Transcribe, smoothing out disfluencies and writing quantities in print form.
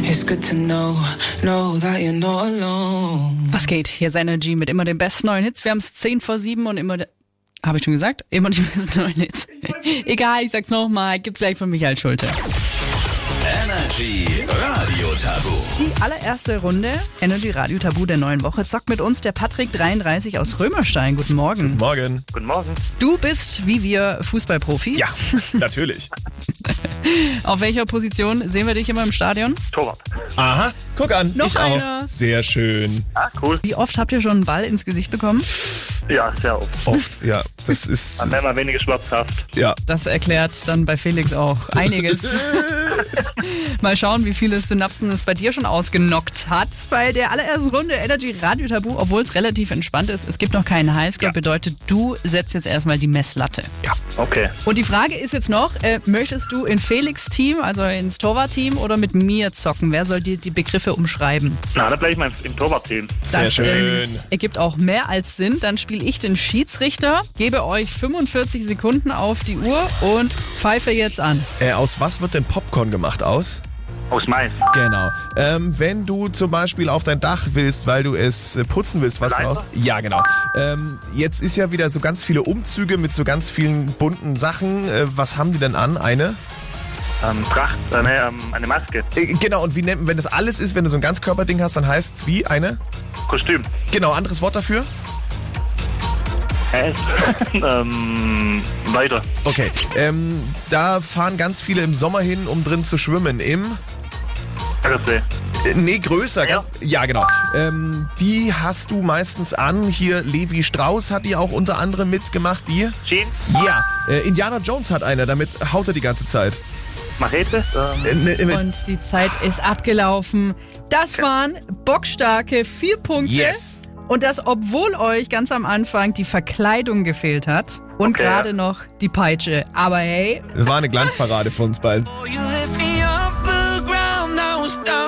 It's good to know that you're not alone. Was geht? Hier ist Energy mit immer den besten neuen Hits. Wir haben es 6:10 und immer... Habe ich schon gesagt? Immer die besten neuen Hits. Egal, ich sag's nochmal. Gibt's gleich von Michael Schulte. Energy Radio Tabu. Die allererste Runde Energy Radio Tabu der neuen Woche zockt mit uns der Patrick 33 aus Römerstein. Guten Morgen. Guten Morgen. Guten Morgen. Du bist, wie wir, Fußballprofi. Ja, natürlich. Auf welcher Position sehen wir dich immer im Stadion? Torwart. Aha, guck an. Noch ich einer. auch. Sehr schön. Ah, cool. Wie oft habt ihr schon einen Ball ins Gesicht bekommen? Ja, sehr oft. Oft, ja. Das ist, Dann wäre mal weniger schmerzhaft. ja. Das erklärt dann bei Felix auch einiges. Mal schauen, wie viele Synapsen es bei dir schon ausgenockt hat. Bei der allerersten Runde Energy Radio Tabu, obwohl es relativ entspannt ist, es gibt noch keinen Highscore, Ja. bedeutet, du setzt jetzt erstmal die Messlatte. Okay. Und die Frage ist jetzt noch, möchtest du in Felix Team, also ins Torwart-Team oder mit mir zocken? Wer soll dir die Begriffe umschreiben? Na, dann bleibe ich mal im Torwartteam. Sehr schön. Ergibt auch mehr als Sinn. Dann spiele ich den Schiedsrichter, gebe euch 45 Sekunden auf die Uhr und pfeife jetzt an. Aus was wird denn Popcorn gemacht? Aus? Aus Mais. Genau. Wenn du zum Beispiel auf dein Dach willst, weil du es putzen willst, was Leiter? brauchst du? Ja, genau. Jetzt ist ja wieder so ganz viele Umzüge mit so ganz vielen bunten Sachen. Was haben die denn an? Eine? Tracht, eine Maske. Genau, und wenn das alles ist, wenn du so ein Ganzkörperding hast, dann heißt es wie? Eine? Kostüm. Genau, anderes Wort dafür? Weiter. Okay. Da fahren ganz viele im Sommer hin, um drin zu schwimmen. Im? RSW. Nee, größer. Ja. Ja, genau. Die hast du meistens an. Hier, Levi Strauss hat die auch unter anderem mitgemacht. Die? Jeans. Ja. Indiana Jones hat eine, damit haut er die ganze Zeit. Machete. Und die Zeit ist abgelaufen. Das waren bockstarke 4 Punkte. Yes. Und das, obwohl euch ganz am Anfang die Verkleidung gefehlt hat und Okay, gerade ja. noch die Peitsche. Aber hey, Das war eine Glanzparade für uns beiden. You lift me off the ground, I was down.